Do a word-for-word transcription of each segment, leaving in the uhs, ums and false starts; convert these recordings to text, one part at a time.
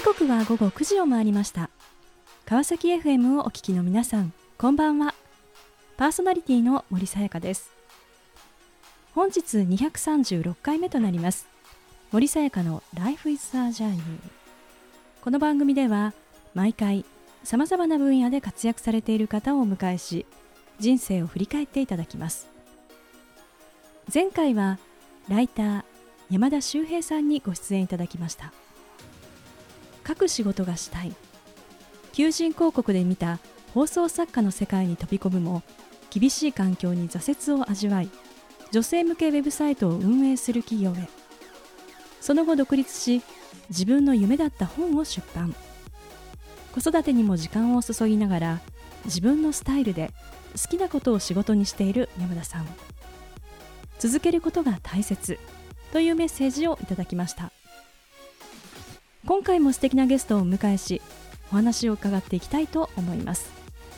刻は午後くじを回りました。川崎 エフエム をお聞きの皆さん、こんばんは。パーソナリティの森さやかです。本日にひゃくさんじゅうろっかいめとなります森さやかの Life is a Journey。 この番組では毎回さまざまな分野で活躍されている方をお迎えし、人生を振り返っていただきます。前回はライター山田修平さんにご出演いただきました。書く仕事がしたい、求人広告で見た放送作家の世界に飛び込むも厳しい環境に挫折を味わい、女性向けウェブサイトを運営する企業へ。その後独立し、自分の夢だった本を出版。子育てにも時間を注ぎながら自分のスタイルで好きなことを仕事にしている山田さん。続けることが大切というメッセージをいただきました。今回も素敵なゲストをお迎えし、お話を伺っていきたいと思います。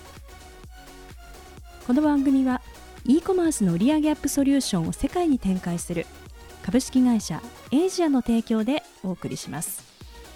この番組は e コマースの売上アップソリューションを世界に展開する株式会社エイジアの提供でお送りします。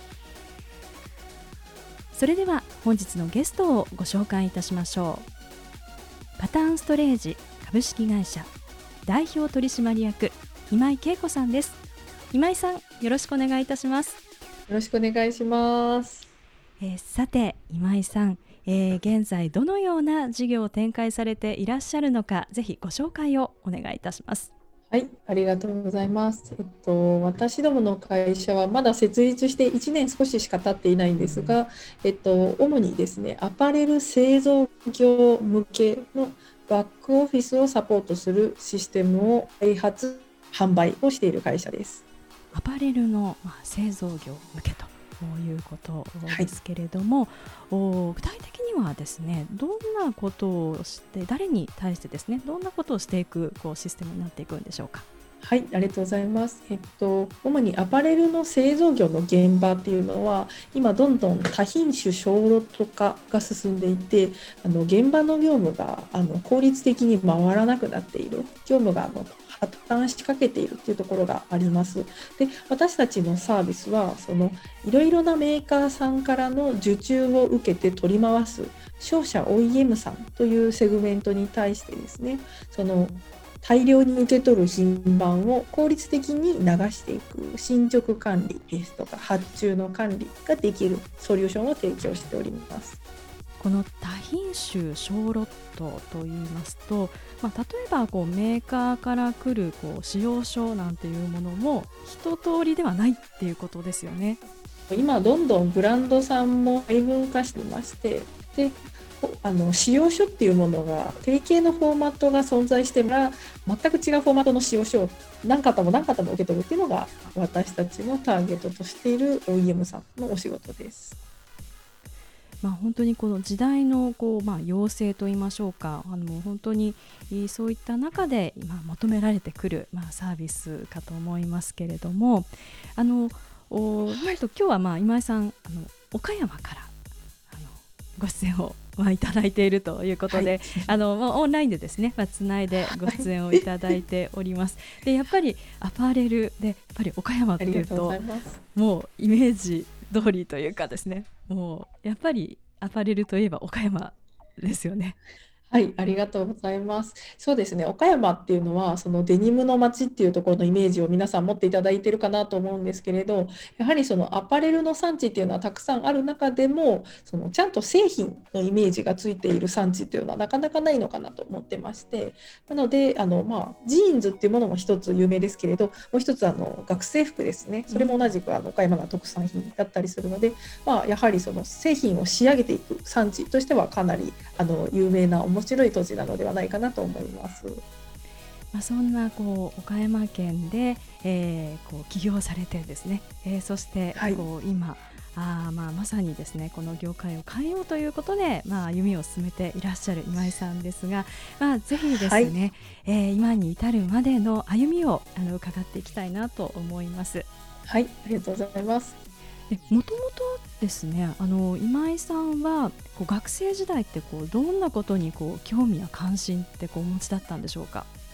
それでは本日のゲストをご紹介いたしましょう。パターンストレージ株式会社代表取締役今井恵子さんです。今井さん、よろしくお願いいたします。 よろしくお願いします。 えー、さて今井さん、えー、現在どのような事業を展開されていらっしゃるのか、ぜひご紹介をお願いいたします。 はい、ありがとうございます。えっと、私どもの会社はまだ設立していちねん少ししか経っていないんですが、えっと、主にですね、アパレル製造業向けのバックオフィスをサポートするシステムを開発、販売をしている会社です。 アパレルの、まあ、製造業向けということですけれども、はい、具体的にはですね、どんなことをして、誰に対してですね、どんなことをしていくこうシステムになっていくんでしょうか。 はい、ありがとうございます。えっと、主にアパレルの製造業の現場っていうのは、今どんどん多品種小ロット化が進んでいて、あの現場の業務があの効率的に回らなくなっている、業務があの破綻しかけているというところがあります。で、私たちのサービスは、そのいろいろなメーカーさんからの受注を受けて取り回す商社 オーイーエム さんというセグメントに対してですね、その大量に受け取る品番を効率的に流していく進捗管理ですとか発注の管理ができるソリューションを提供しております。 この多品種小ロットといいますと、まあ、例えばこうメーカーから来るこう使用書なんていうものも一通りではないっていうことですよね。 今どんどんブランドさんも細分化していまして、であの使用書っていうものが定型のフォーマットが存在してから全く違うフォーマットの使用書を何方も何方も受け取るっていうのが私たちのターゲットとしている オーイーエム さんのお仕事です。 まあ、本当にこの時代のこう、まあ、要請といいましょうか、あの本当にそういった中で今求められてくる、まあ、サービスかと思いますけれども、あのなんと今日はまあ今井さん、あの岡山からあのご出演をまあいただいているということで、はい、あのまあ、オンラインでですね、まあ、つないでご出演をいただいております。でやっぱりアパレルでやっぱり岡山というともうイメージ通りというかですね、もうやっぱりアパレルといえば岡山ですよね。 はい、ありがとうございます。そうですね、岡山っていうのはそのデニムの街っていうところのイメージを皆さん持っていただいているかなと思うんですけれど、やはりそのアパレルの産地っていうのはたくさんある中でも、そのちゃんと製品のイメージがついている産地っていうのはなかなかないのかなと思ってまして、なのであの、まあ、ジーンズっていうものも一つ有名ですけれど、もう一つあの学生服ですね、それも同じくあの岡山が特産品だったりするので、まあ、やはりその製品を仕上げていく産地としてはかなりあの有名な面白い土地なのではないかなと思います。 まあ、そんなこう岡山県で、えー、こう起業されてですね、えー、そしてこう今、はい、あまあまさにですねこの業界を変えようということで、まあ、歩みを進めていらっしゃる今井さんですが、まあ、ぜひですね、はい、えー、今に至るまでの歩みをあの伺っていきたいなと思います。 はい、ありがとうございます。 もともとですね、あの今井さんはこう学生時代ってこうどんなことにこう興味や関心ってこうお持ちだったんでしょうか。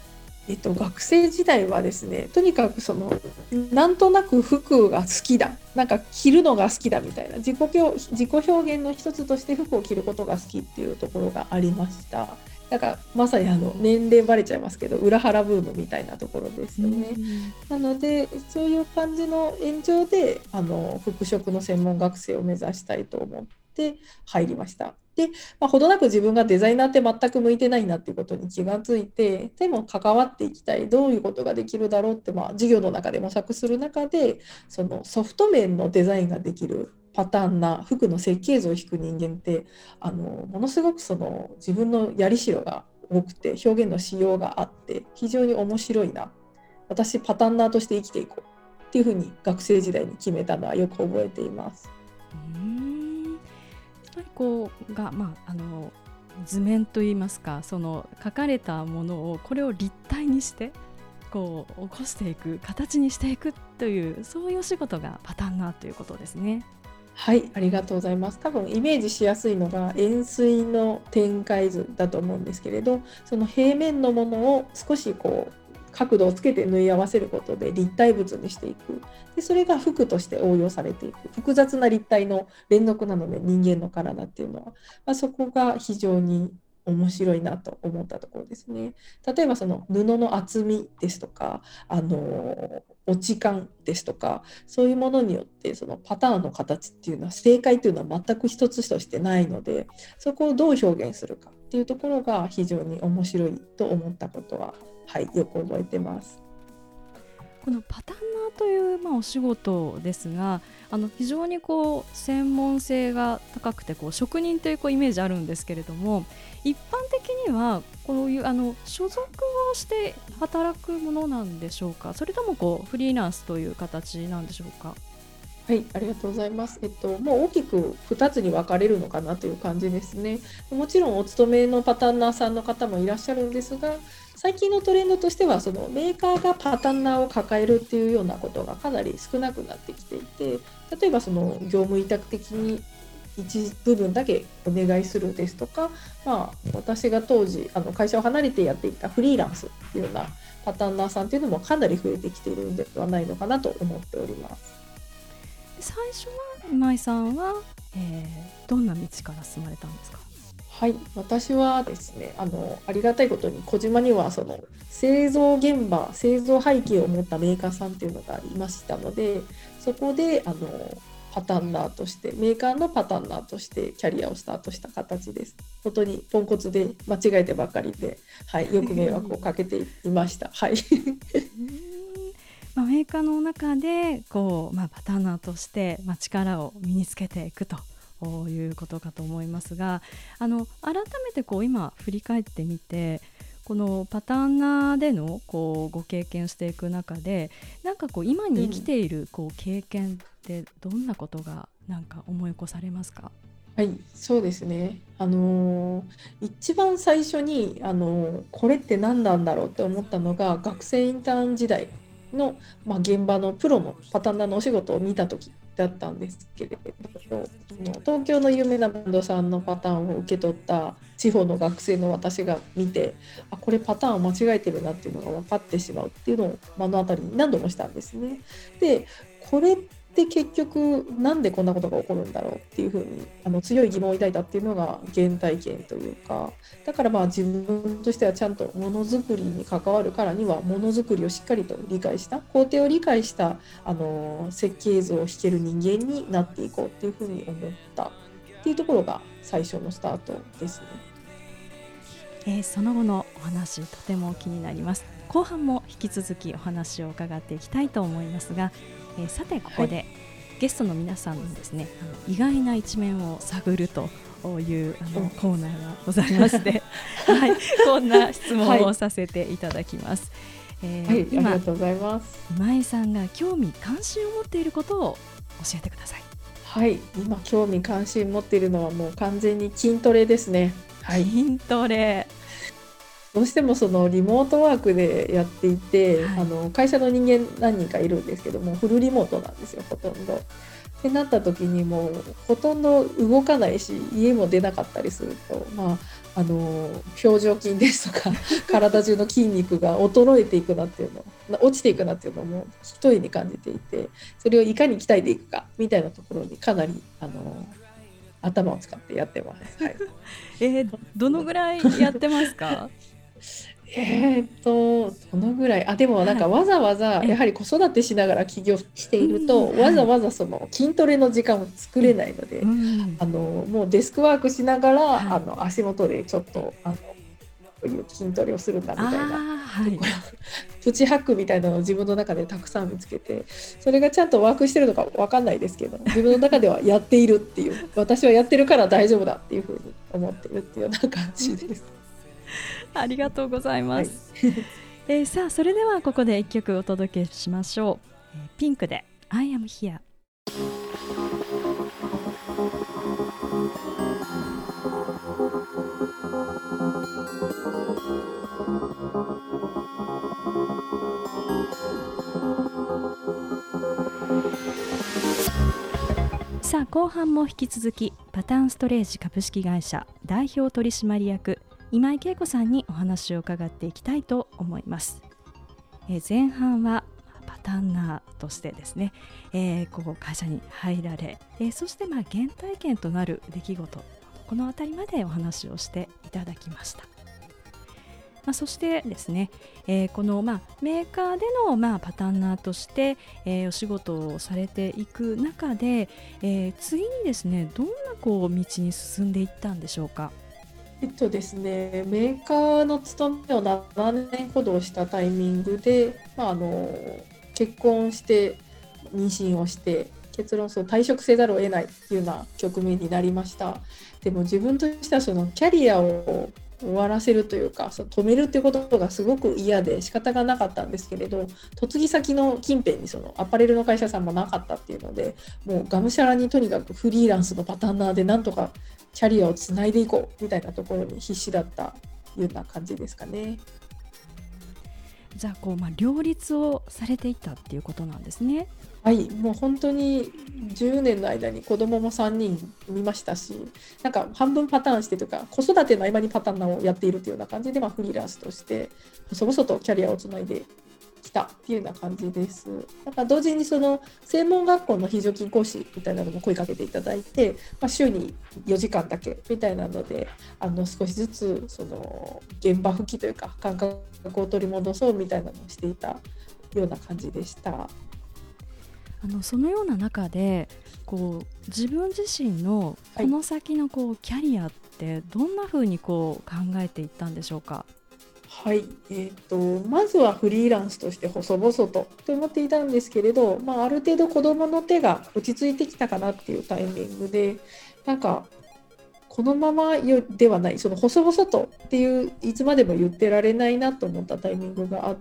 えっと、学生時代はですね、とにかくそのなんとなく服が好きだ、なんか着るのが好きだみたいな、自己表自己表現の一つとして服を着ることが好きっていうところがありました。だからまさにあの年齢バレちゃいますけど、裏腹ブームみたいなところですよね。なのでそういう感じの延長であの服飾の専門学生を目指したいと思って入りました。で、まあ、ほどなく自分がデザイナーって全く向いてないなっていうことに気がついて、でも関わっていきたい、どういうことができるだろうって、まあ、授業の中で模索する中で、そのソフト面のデザインができるパターンな服の設計図を引く人間ってあのものすごくその自分のやりしろが多くて、表現のしようがあって非常に面白いな、私パタンナーとして生きていこうっていうふうに学生時代に決めたのはよく覚えています。 うーん、やっぱりこうが、まあ、あの図面といいますか、その書かれたものをこれを立体にしてこう起こしていく、形にしていくという、そういうお仕事がパタンナーということですね。 はい、ありがとうございます。多分イメージしやすいのが円錐の展開図だと思うんですけれど、その平面のものを少しこう角度をつけて縫い合わせることで立体物にしていく。で、それが服として応用されていく。複雑な立体の連続なので、人間の体っていうのは、まあ、そこが非常に面白いなと思ったところですね。例えばその布の厚みですとか、あの落ち感ですとか、そういうものによってそのパターンの形っていうのは、正解っていうのは全く一つとしてないので、そこをどう表現するかっていうところが非常に面白いと思ったことは、はい、よく覚えてます。 このパタンナーという、まあ、お仕事ですが、あの非常にこう専門性が高くて、こう職人という、こうイメージあるんですけれども、一般的にはこういうあの所属をして働くものなんでしょうか、それともこうフリーランスという形なんでしょうか。 はい、ありがとうございます。えっと、もう大きくふたつに分かれるのかなという感じですね。もちろんお勤めのパタンナーさんの方もいらっしゃるんですが、最近のトレンドとしては、そのメーカーがパタンナーを抱えるっていうようなことがかなり少なくなってきていて、例えばその業務委託的に一部分だけお願いするですとか、まあ、私が当時あの会社を離れてやっていたフリーランスっていうようなパタンナーさんっていうのもかなり増えてきているのではないのかなと思っております。 最初は今井さんは、えー、どんな道から進まれたんですか。 はい、私はですね、あのありがたいことに小島にはその製造現場、製造背景を持ったメーカーさんっていうのがいましたので、そこであのパタンナーとして、メーカーのパタンナーとしてキャリアをスタートした形です。本当にポンコツで間違えてばかりで、はい、よく迷惑をかけていました。はい。 まあ、メーカーの中でこう、まあ、パターナーとして、まあ、力を身につけていくということかと思いますが、あの改めてこう今振り返ってみて、このパターナーでのこうご経験していく中で、なんかこう今に生きているこう経験ってどんなことがなんか思い起こされますか。 はい、そうですね。あのー一番最初に、あのーこれって何なんだろうって思ったのが、学生インターン時代の、まあ、現場のプロのパタンナーのお仕事を見た時だったんですけれど、あの東京の有名なバンドさんのパターンを受け取った地方の学生の私が見て、あ、これパターンを間違えてるなっていうのが分かってしまうっていうのを目の当たりに何度もしたんですね。で、これで結局なんでこんなことが起こるんだろうっていうふうにあの強い疑問を抱いたっていうのが原体験というか、だからまあ自分としてはちゃんとものづくりに関わるからには、ものづくりをしっかりと理解した工程を理解したあの設計図を引ける人間になっていこうっていうふうに思ったっていうところが最初のスタートですね。 えー、その後のお話とても気になります。後半も引き続きお話を伺っていきたいと思いますが、えー、さてここで、はい、ゲストの皆さんのですね、あの意外な一面を探るというあのコーナーがございまして、はい、こんな質問をさせていただきます。 はい、えーはい、今ありがとうございます。 今井さんが興味関心を持っていることを教えてください。 はい、今興味関心持っているのはもう完全に筋トレですね。はい、 筋トレ、 どうしてもそのリモートワークでやっていて、はい、あの会社の人間何人かいるんですけども、フルリモートなんですよ、ほとんど。ってなった時にもうほとんど動かないし、家も出なかったりすると、まあ、 あの表情筋ですとか体中の筋肉が衰えていくなっていうの落ちていくなっていうのも一重に感じていて、それをいかに鍛えていくかみたいなところにかなりあの頭を使ってやってます、はいえー、どのぐらいやってますか？ えーっとどのぐらいあでもなんかはい、 わざわざえやはり子育てしながら起業していると、 うん、はい、 わざわざその筋トレの時間を作れないので、 うん、 あのもうデスクワークしながら、 はい、 あの足元でちょっとあのこういう筋トレをするんだみたいなああ、はい、 ところプチハックみたいなのを自分の中でたくさん見つけて、それがちゃんとワークしてるのか分かんないですけど、自分の中ではやっているっていう私はやってるから大丈夫だっていうふうに思ってるっていうような感じです。 ありがとうございはい、 ます。えー、さあそれではここで一曲お届けしましょう。えー、ピンクで I am here。 さあ後半も引き続きパターンストレージ株式会社代表取締役今井恵子さんにお話を伺っていきたいと思います。えー、前半はパターンナーとしてですね、えー、ここ会社に入られ、えー、そしてまあ原体験となる出来事、このあたりまでお話をしていただきました。まあ、そしてですね、えー、このまあメーカーでのまあパターンナーとして、えー、お仕事をされていく中で、えー、次にですねどんなこう道に進んでいったんでしょうか？ えっとですね、メーカーの勤めをななねんほどしたタイミングで、まあ、あの結婚して妊娠をして結論そう退職せざるを得ないっていうような局面になりました。でも自分としてはそのキャリアを終わらせるというか、その止めるっていうことがすごく嫌で仕方がなかったんですけれど、嫁ぎ先の近辺にそのアパレルの会社さんもなかったっていうので、もうがむしゃらにとにかくフリーランスのパターンナーでなんとかキャリアをつないでいこうみたいなところに必死だったような感じですかね。 じゃあこう、まあ、両立をされていったっていうことなんですね。 はい、もう本当にじゅうねんの間に子供もさんにん見ましたし、なんか半分パターンしてというか子育ての合間にパターンをやっているというような感じで、まあ、フリーランスとして細々とキャリアをつないできたっていうような感じです。なんか同時にその専門学校の非常勤講師みたいなのも声かけていただいて、まあ、週によじかんだけみたいなので、あの少しずつその現場復帰というか感覚を取り戻そうみたいなのをしていたような感じでした。 あのそのような中でこう自分自身のこの先のこうキャリアってどんな風にこう考えていったんでしょうか？ はい、えーと、まずはフリーランスとして細々とと思っていたんですけれど、まあ、ある程度子どもの手が落ち着いてきたかなっていうタイミングで、なんかこのままよではない、その細々とっていういつまでも言ってられないなと思ったタイミングがあって、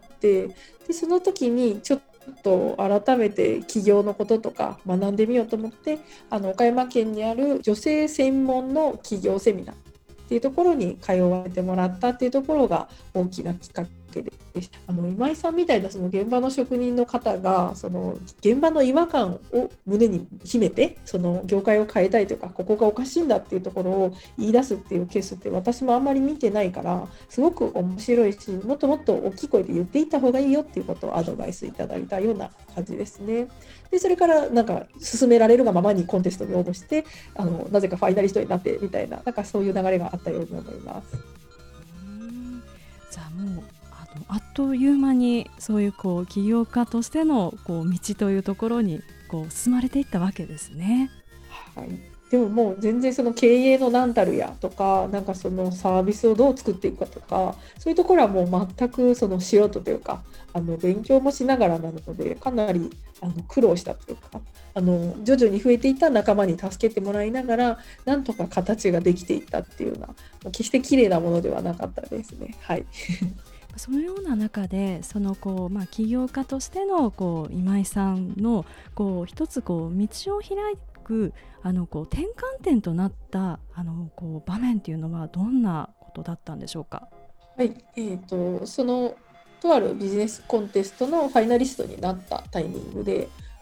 でその時にちょっと改めて起業のこととか学んでみようと思って、あの岡山県にある女性専門の起業セミナーっていうところに通わせてもらったっていうところが大きなきっかけでした。あの今井さんみたいなその現場の職人の方がその現場の違和感を胸に秘めてその業界を変えたいというか、ここがおかしいんだっていうところを言い出すっていうケースって私もあんまり見てないから、すごく面白いし、もっともっと大きい声で言っていった方がいいよっていうことをアドバイスいただいたような感じですね。でそれからなんか進められるがままにコンテストに応募して、あのなぜかファイナリストになってみたいな、なんかそういう流れがあったように思います。 じゃあもうあのあっという間にそういうこう起業家としてのこう道というところにこう進まれていったわけですね。 はい、でももう全然その経営の何たるやとか、なんかそのサービスをどう作っていくかとか、そういうところはもう全くその素人というか、あの勉強もしながらなので、かなりあの苦労したというか、あの徐々に増えていった仲間に助けてもらいながら、なんとか形ができていったっていうような、決して綺麗なものではなかったですね。はい。 そのような中でそのこう、まあ、起業家としてのこう今井さんのこう一つこう道を開くあのこう転換点となったあのこう場面というのはどんなことだったんでしょうか？ はい、えーと、そのとあるビジネスコンテストのファイナリストになったタイミングで、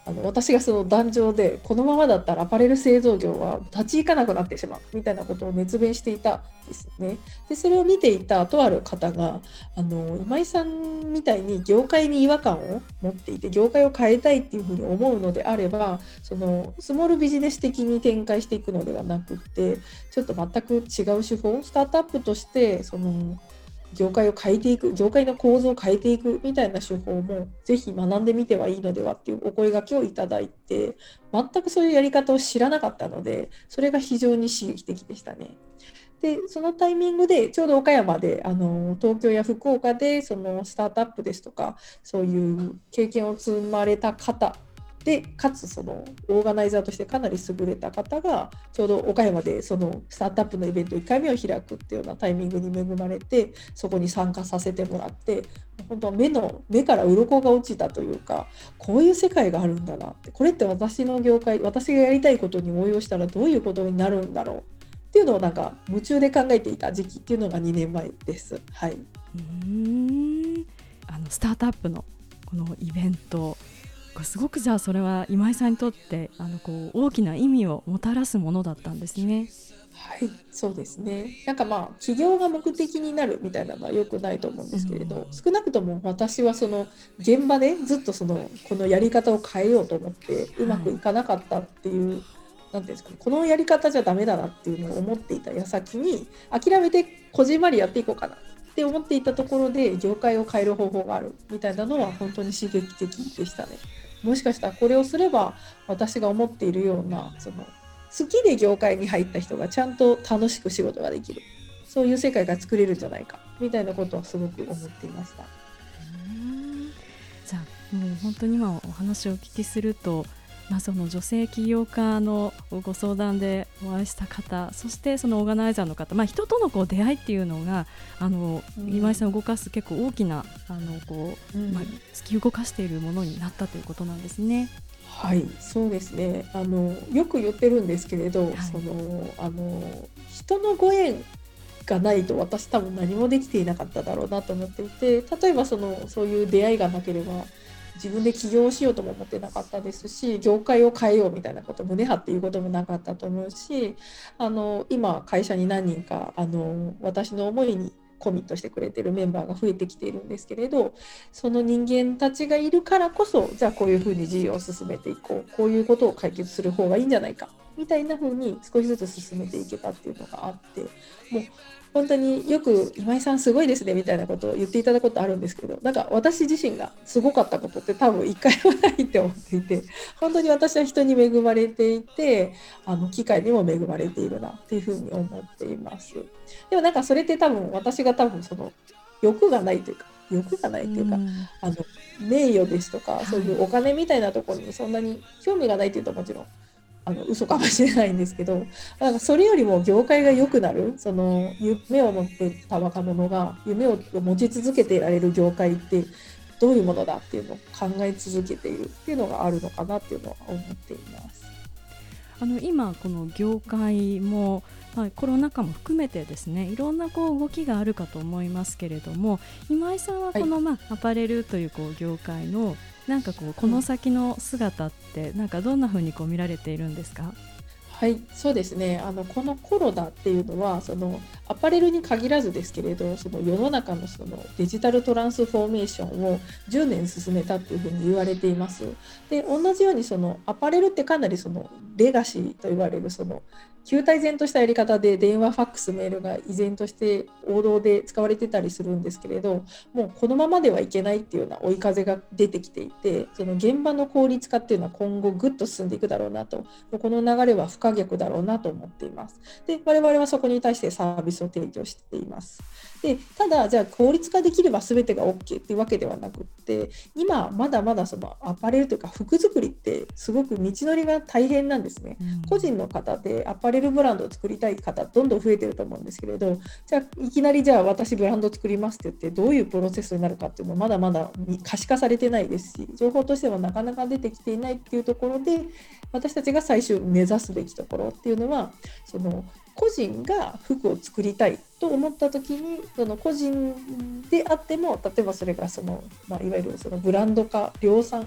あの私がその壇上でこのままだったらアパレル製造業は立ち行かなくなってしまうみたいなことを熱弁していたんですね。でそれを見ていたとある方があの今井さんみたいに業界に違和感を持っていて業界を変えたいっていうふうに思うのであればそのスモールビジネス的に展開していくのではなくってちょっと全く違う手法スタートアップとしてその業界を変えていく業界の構造を変えていくみたいな手法もぜひ学んでみてはいいのではっていうお声掛けをいただいて全くそういうやり方を知らなかったのでそれが非常に刺激的でしたね。でそのタイミングでちょうど岡山であの東京や福岡でそのスタートアップですとかそういう経験を積まれた方でかつそのオーガナイザーとしてかなり優れた方がちょうど岡山でそのスタートアップのイベントいっかいめを開くっていうようなタイミングに恵まれてそこに参加させてもらって本当目の目から鱗が落ちたというかこういう世界があるんだなってこれって私の業界私がやりたいことに応用したらどういうことになるんだろうっていうのをなんか夢中で考えていた時期っていうのがにねんまえです。はい、 うーんあのスタートアップのこのイベントこれすごくじゃあそれは今井さんにとってあのこう大きな意味をもたらすものだったんですね。 はい、そうですね。なんかまあ起業が目的になるみたいなのは良くないと思うんですけれど、少なくとも私はその現場でずっとそのこのやり方を変えようと思ってうまくいかなかったっていう、なんていうんですかね、このやり方じゃダメだなっていうのを思っていた矢先に諦めてこじんまりやっていこうかなって思っていたところで業界を変える方法があるみたいなのは本当に刺激的でしたね。もしかしたらこれをすれば私が思っているようなその好きで業界に入った人がちゃんと楽しく仕事ができるそういう世界が作れるんじゃないかみたいなことはすごく思っていました。 うーんじゃあもう本当に今お話をお聞きすると、まあ、その女性起業家のご相談でお会いした方そしてそのオーガナイザーの方、まあ、人とのこう出会いっていうのがあの、うん、今井さんを動かす結構大きなあのこう、うんまあ、突き動かしているものになったということなんですね。 はい、そうですね。あのよく言ってるんですけれど、はい、そのあの人のご縁がないと私多分何もできていなかっただろうなと思っていて、例えばそのそういう出会いがなければ自分で起業しようとも思ってなかったですし、業界を変えようみたいなこと胸張っていうこともなかったと思うし、あの今会社に何人かあの私の思いにコミットしてくれてるメンバーが増えてきているんですけれど、その人間たちがいるからこそじゃあこういうふうに事業を進めていこうこういうことを解決する方がいいんじゃないかみたいな風に少しずつ進めていけたっていうのがあって、もう本当によく今井さんすごいですねみたいなことを言っていただくことあるんですけど、なんか私自身がすごかったことって多分一回もないって思っていて、本当に私は人に恵まれていてあの機会にも恵まれているなっていうふうに思っています。でもなんかそれって多分私が多分その欲がないというか欲がないというか、うん、あの名誉ですとか、はい、そういうお金みたいなところにそんなに興味がないというともちろんあの嘘かもしれないんですけど、なんかそれよりも業界が良くなる、その夢を持ってた若者が夢を持ち続けていられる業界ってどういうものだっていうのを考え続けているっていうのがあるのかなっていうのは思っています。 あの今この業界も、まあ、コロナ禍も含めてですね、いろんなこう動きがあるかと思いますけれども、今井さんはこの、まあ、アパレルというこう業界のなんかこうこの先の姿ってなんかどんな風にこう見られているんですか？ はい、そうですね。あのこのコロナっていうのはそのアパレルに限らずですけれど、その世の中のそのデジタルトランスフォーメーションをじゅうねん進めたっていうふうに言われています。で、同じようにそのアパレルってかなりそのレガシーと言われるその旧体然としたやり方で電話、ファックス、メールが依然として王道で使われてたりするんですけれど、もうこのままではいけないっていうような追い風が出てきていて、その現場の効率化っていうのは今後ぐっと進んでいくだろうなと、この流れは不可逆だろうなと思っています。で、我々はそこに対してサービスを提供しています。で、ただじゃあ効率化できれば全てが OK っていうわけではなくって、今まだまだそのアパレルというか服作りってすごく道のりが大変なんですね。うん、個人の方でアパレルブランドを作りたい方どんどん増えてると思うんですけれど、じゃあいきなりじゃあ私ブランド作りますって言ってどういうプロセスになるかっていうのはまだまだ可視化されてないですし、情報としてはなかなか出てきていないっていうところで、私たちが最終目指すべきところっていうのは、その個人が服を作りたいと思った時に、その個人であっても例えばそれがその、まあ、いわゆるそのブランド化量産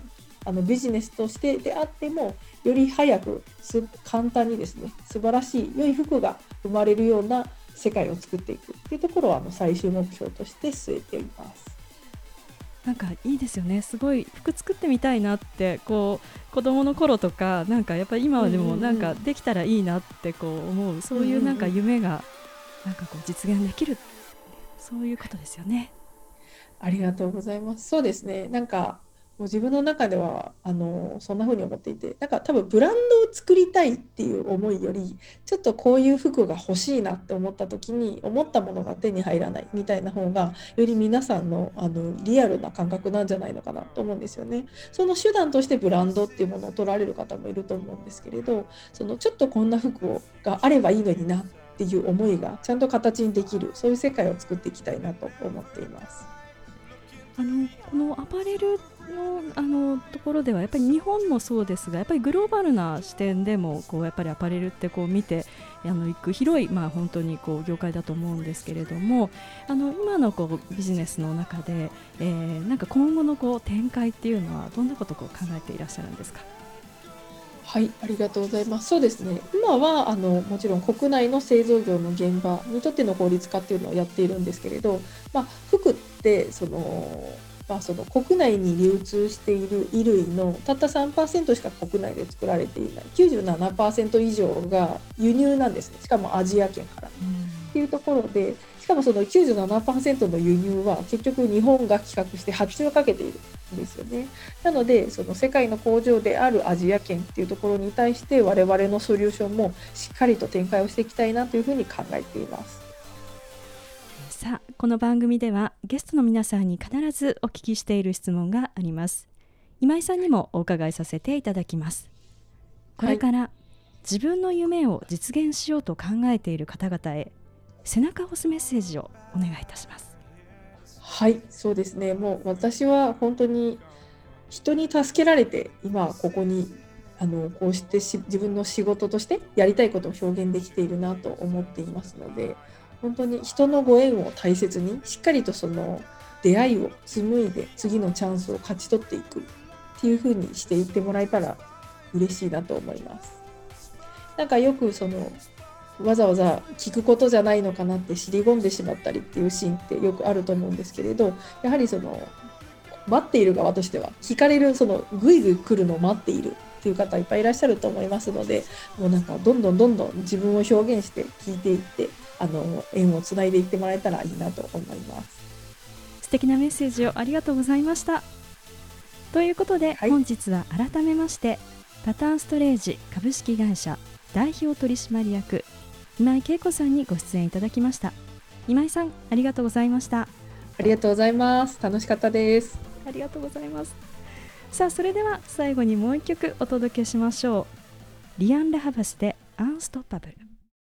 あのビジネスとしてであってもより早くす簡単にですね、素晴らしい良い服が生まれるような世界を作っていくっていうところをあの最終目標として据えています。 なんかいいですよね。すごい服作ってみたいなってこう子供の頃とか、なんかやっぱり今でもなんかできたらいいなってこう思う、そういうなんか夢がなんかこう実現できる、そういうことですよね。 ありがとうございます。そうですね。なんかもう自分の中ではあのそんな風に思っていて、なんか多分ブランドを作りたいっていう思いより、ちょっとこういう服が欲しいなって思った時に思ったものが手に入らないみたいな方がより皆さんのあのリアルな感覚なんじゃないのかなと思うんですよね。その手段としてブランドっていうものを取られる方もいると思うんですけれど、そのちょっとこんな服をがあればいいのになっていう思いがちゃんと形にできる、そういう世界を作っていきたいなと思っています。 あのこのアパレルの、あのところではやっぱり日本もそうですが、やっぱりグローバルな視点でもこうやっぱりアパレルってこう見てあの行く広い、まあ、本当にこう業界だと思うんですけれども、あの今のこうビジネスの中で、えー、なんか今後のこう展開っていうのはどんなことをこう考えていらっしゃるんですか？ はい、ありがとうございます。そうですね。今はあのもちろん国内の製造業の現場にとっての効率化っていうのをやっているんですけれど、まあ、服ってその、まあ、その国内に流通している衣類のたった さんパーセント しか国内で作られていない、きゅうじゅうななパーセント 以上が輸入なんですね。しかもアジア圏からっていうところで、しかもその きゅうじゅうななパーセント の輸入は結局日本が企画して発注をかけているんですよね。なのでその世界の工場であるアジア圏っていうところに対して我々のソリューションもしっかりと展開をしていきたいなというふうに考えています。 さあ、この番組ではゲストの皆さんに必ずお聞きしている質問があります。今井さんにもお伺いさせていただきます。これから、はい、自分の夢を実現しようと考えている方々へ背中を押すメッセージをお願いいたします。 はい、そうですね。もう私は本当に人に助けられて今ここにあのこうしてし自分の仕事としてやりたいことを表現できているなと思っていますので、本当に人のご縁を大切にしっかりとその出会いを紡いで次のチャンスを勝ち取っていくっていう風にしていってもらえたら嬉しいなと思います。なんかよくそのわざわざ聞くことじゃないのかなって尻込んでしまったりっていうシーンってよくあると思うんですけれど、やはりその待っている側としては聞かれる、そのぐいぐい来るのを待っているっていう方いっぱいいらっしゃると思いますので、もうなんかどんどんどんどん自分を表現して聞いていって、あの縁をつないでいってもらえたらいいなと思います。 素敵なメッセージをありがとうございました。ということで、はい、本日は改めましてパターンストレージ株式会社代表取締役今井恵子さんにご出演いただきました。今井さん、ありがとうございました。 ありがとうございます。楽しかったです。 ありがとうございます。さあ、それでは最後にもう一曲お届けしましょう。リアン・ラハバスでアンストッパブル。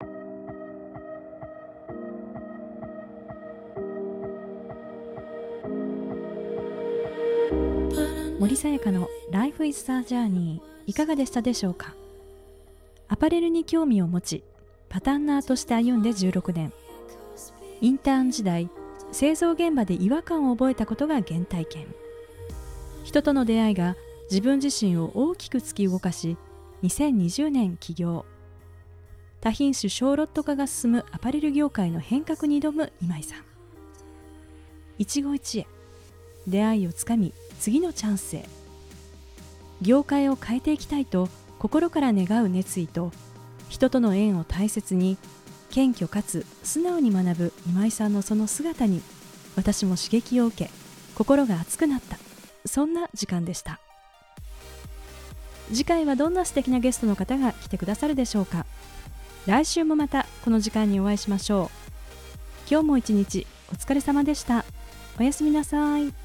森さやかの Life is a Journey いかがでしたでしょうか？アパレルに興味を持ちパタンナーとして歩んでじゅうろくねん、インターン時代製造現場で違和感を覚えたことが原体験。人との出会いが自分自身を大きく突き動かし、にせんにじゅうねん起業。多品種小ロット化が進むアパレル業界の変革に挑む今井さん。一期一会、出会いをつかみ次のチャンスへ。業界を変えていきたいと心から願う熱意と、人との縁を大切に謙虚かつ素直に学ぶ今井さんのその姿に私も刺激を受け、心が熱くなった、そんな時間でした。次回はどんな素敵なゲストの方が来てくださるでしょうか。来週もまたこの時間にお会いしましょう。今日も一日お疲れ様でした。おやすみなさい。